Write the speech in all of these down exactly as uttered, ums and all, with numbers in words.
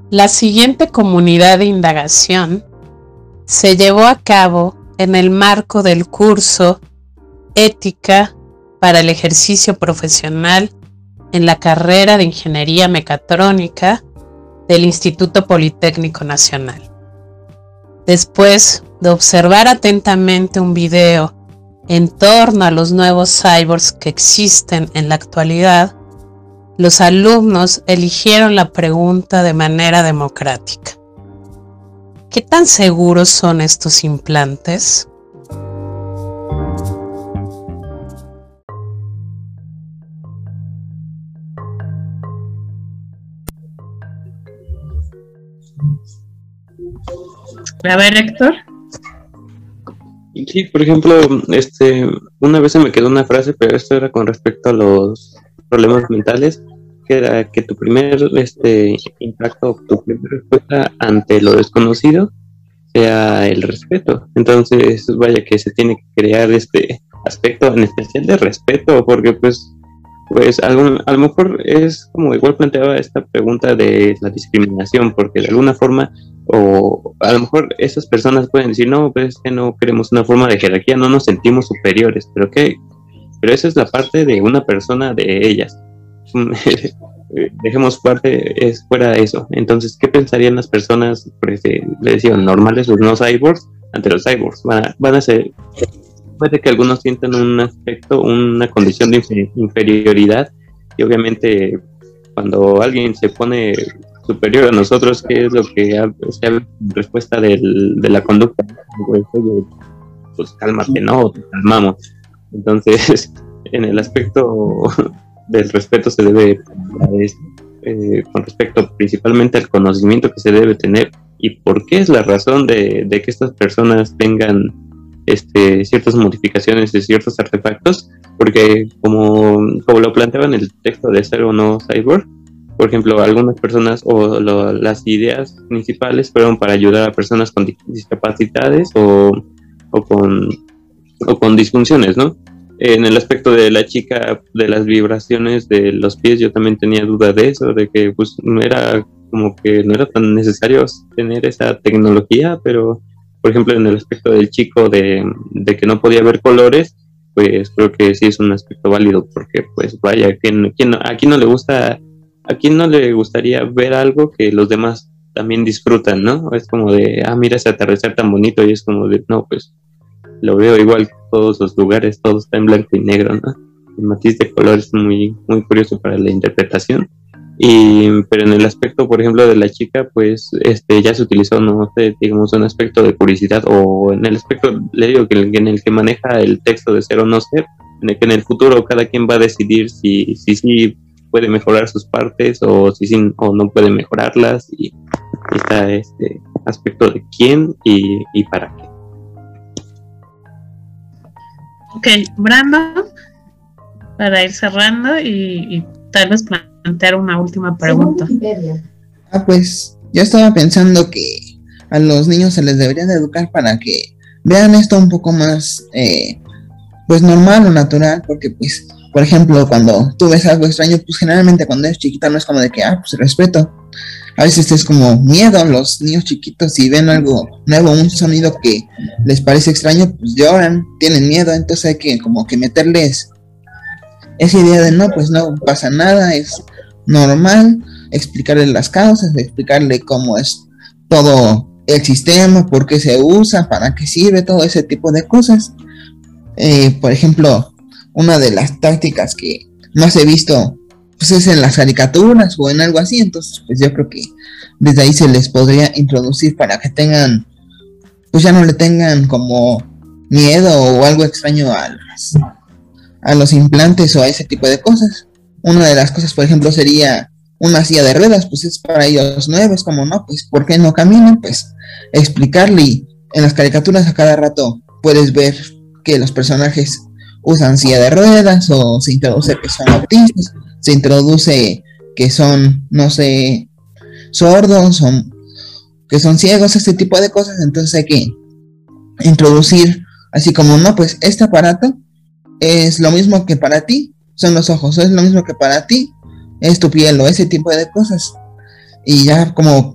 La siguiente comunidad de indagación se llevó a cabo en el marco del curso Ética para el ejercicio profesional en la carrera de Ingeniería Mecatrónica del Instituto Politécnico Nacional. Después de observar atentamente un video en torno a los nuevos cyborgs que existen en la actualidad, los alumnos eligieron la pregunta de manera democrática: ¿qué tan seguros son estos implantes? A ver, Héctor. Sí, por ejemplo, este, una vez se me quedó una frase, pero esto era con respecto a los problemas mentales, que era que tu primer este, impacto, tu primera respuesta ante lo desconocido sea el respeto. Entonces, vaya que se tiene que crear este aspecto en especial de respeto, porque pues Pues algún, a lo mejor es como igual planteaba esta pregunta de la discriminación, porque de alguna forma, o a lo mejor esas personas pueden decir, no, pues es que no queremos una forma de jerarquía, no nos sentimos superiores, pero ¿qué? Pero esa es la parte de una persona de ellas. Dejemos parte, es fuera de eso. Entonces, ¿qué pensarían las personas, pues, eh, le decían, normales, los no cyborgs, ante los cyborgs? Van a, van a ser... Puede que algunos sientan un aspecto, una condición de inferioridad, y obviamente cuando alguien se pone superior a nosotros, ¿qué es lo que ha, se ha respuesta del, de la conducta? Pues, oye, pues cálmate, ¿no? Te calmamos. Entonces, en el aspecto del respeto se debe eh, con respecto principalmente al conocimiento que se debe tener y por qué es la razón de, de que estas personas tengan Este, ciertas modificaciones de ciertos artefactos, porque como, como lo planteaba en el texto de Ser o No Cyborg, por ejemplo, algunas personas o lo, las ideas principales fueron para ayudar a personas con discapacidades o, o, con, o con disfunciones, ¿no? En el aspecto de la chica, de las vibraciones de los pies, yo también tenía duda de eso, de que pues no era como que no era tan necesario tener esa tecnología, pero por ejemplo, en el aspecto del chico de, de que no podía ver colores, pues creo que sí es un aspecto válido, porque pues vaya, ¿quién, quién, a quién no le gusta, a quién no le gustaría ver algo que los demás también disfrutan, ¿no? Es como de, ah, mira ese atardecer tan bonito, y es como de, no, pues lo veo igual que todos los lugares, todo está en blanco y negro, ¿no? El matiz de color es muy, muy curioso para la interpretación. Y, pero en el aspecto, por ejemplo, de la chica, pues este ya se utilizó, no sé, digamos, un aspecto de curiosidad, o en el aspecto, le digo, que en el que maneja el texto de Ser o No Ser, en el que en el futuro cada quien va a decidir si sí si, si puede mejorar sus partes o si sí o no puede mejorarlas, y está este aspecto de quién y, y para qué. Ok, Brandon, para ir cerrando y, y tal vez plantear una última pregunta. Ah, pues yo estaba pensando que a los niños se les debería de educar para que vean esto un poco más eh, pues normal o natural, porque pues por ejemplo cuando tú ves algo extraño, pues generalmente cuando eres chiquita no es como de que ah, pues respeto, a veces es como miedo. Los niños chiquitos, si ven algo nuevo, un sonido que les parece extraño, pues lloran, tienen miedo, entonces hay que como que meterles esa idea de no, pues no pasa nada, es normal, explicarle las causas, explicarle cómo es todo el sistema, por qué se usa, para qué sirve, todo ese tipo de cosas. Eh, por ejemplo, una de las tácticas que más he visto pues es en las caricaturas o en algo así, entonces pues yo creo que desde ahí se les podría introducir para que tengan, pues ya no le tengan como miedo o algo extraño a las a los implantes o a ese tipo de cosas. Una de las cosas, por ejemplo, sería una silla de ruedas, pues es para ellos nuevos, como no, pues ¿por qué no caminan? Pues explicarle, y en las caricaturas a cada rato puedes ver que los personajes usan silla de ruedas, o se introduce que son autistas, se introduce que son, no sé, sordos, o que son ciegos, este tipo de cosas. Entonces hay que introducir así como, no, pues este aparato es lo mismo que para ti son los ojos, es lo mismo que para ti es tu piel, o ese tipo de cosas. Y ya como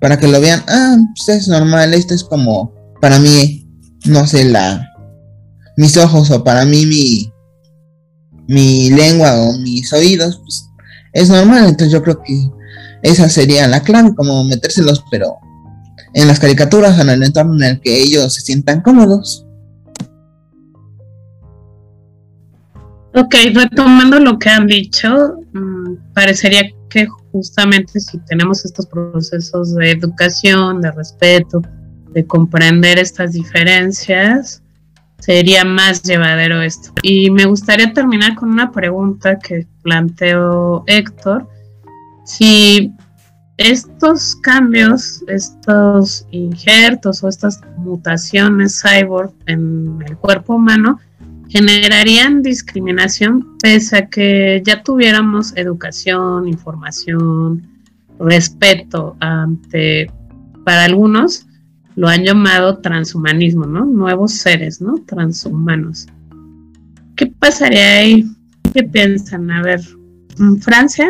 para que lo vean, ah, pues es normal, esto es como, para mí, no sé, la, mis ojos, o para mí mi, mi lengua o mis oídos, pues es normal. Entonces yo creo que esa sería la clave, como metérselos, pero en las caricaturas, en el entorno en el que ellos se sientan cómodos. Ok, retomando lo que han dicho, mmm, parecería que justamente si tenemos estos procesos de educación, de respeto, de comprender estas diferencias, sería más llevadero esto. Y me gustaría terminar con una pregunta que planteó Héctor. Si estos cambios, estos injertos o estas mutaciones cyborg en el cuerpo humano generarían discriminación pese a que ya tuviéramos educación, información, respeto ante, para algunos lo han llamado transhumanismo, ¿no? Nuevos seres, ¿no? Transhumanos. ¿Qué pasaría ahí? ¿Qué piensan? A ver, ¿Francia?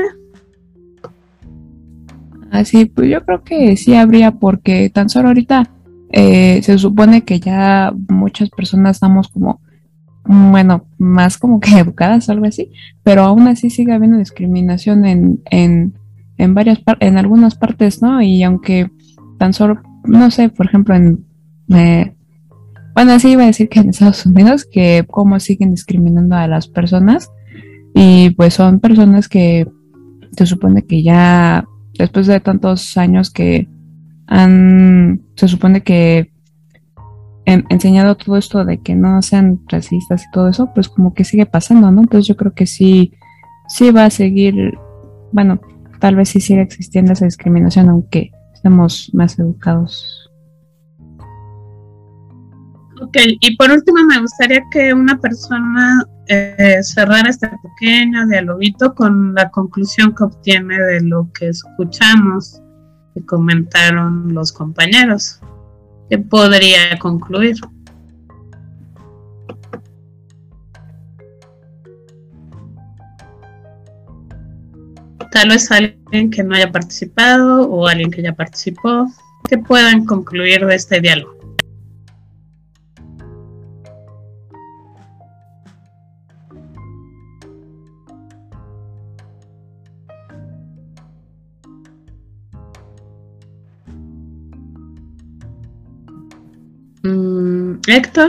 Así, pues yo creo que sí habría, porque tan solo ahorita eh, se supone que ya muchas personas estamos como, bueno, más como que educadas o algo así, pero aún así sigue habiendo discriminación en, en, en varias par- en algunas partes, ¿no? Y aunque tan solo, no sé, por ejemplo, en eh, bueno, sí iba a decir que en Estados Unidos, que cómo siguen discriminando a las personas, y pues son personas que se supone que ya después de tantos años que han, se supone que en, enseñado todo esto de que no sean racistas y todo eso, pues como que sigue pasando, ¿no? Entonces yo creo que sí, sí va a seguir, bueno, tal vez sí siga existiendo esa discriminación, aunque estemos más educados. Ok, y por último me gustaría que una persona eh, cerrara este pequeño dialoguito con la conclusión que obtiene de lo que escuchamos y comentaron los compañeros. ¿Qué podría concluir? Tal vez alguien que no haya participado o alguien que ya participó, que puedan concluir de este diálogo. Mm, Héctor.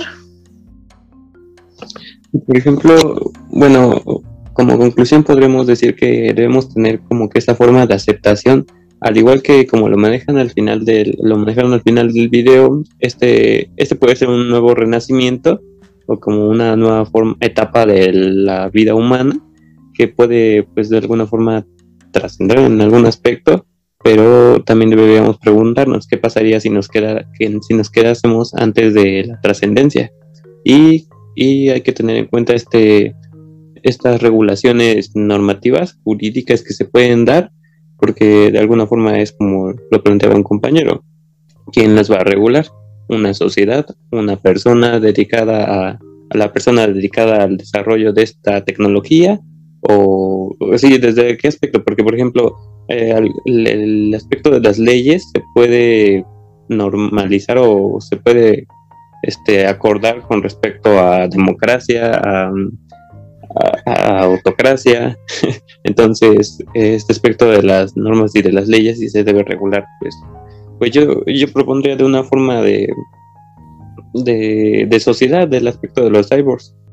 Por ejemplo, bueno, como conclusión podremos decir que debemos tener como que esta forma de aceptación, al igual que como lo manejan al final del, lo manejaron al final del video, este, este puede ser un nuevo renacimiento o como una nueva forma, etapa de la vida humana que puede, pues, de alguna forma trascender en algún aspecto, pero también deberíamos preguntarnos qué pasaría si nos queda, que, si nos quedásemos antes de la trascendencia. Y, y hay que tener en cuenta este, estas regulaciones normativas, jurídicas que se pueden dar, porque de alguna forma es como lo planteaba un compañero. ¿Quién las va a regular? Una sociedad, una persona dedicada a, a la persona dedicada al desarrollo de esta tecnología, o, o sí, ¿desde qué aspecto? Porque, por ejemplo, eh, el, el aspecto de las leyes se puede normalizar o se puede este, acordar con respecto a democracia, a, a, a autocracia. Entonces, este aspecto de las normas y de las leyes sí se debe regular. Pues, pues yo, yo propondría de una forma de, de, de sociedad, del aspecto de los cyborgs.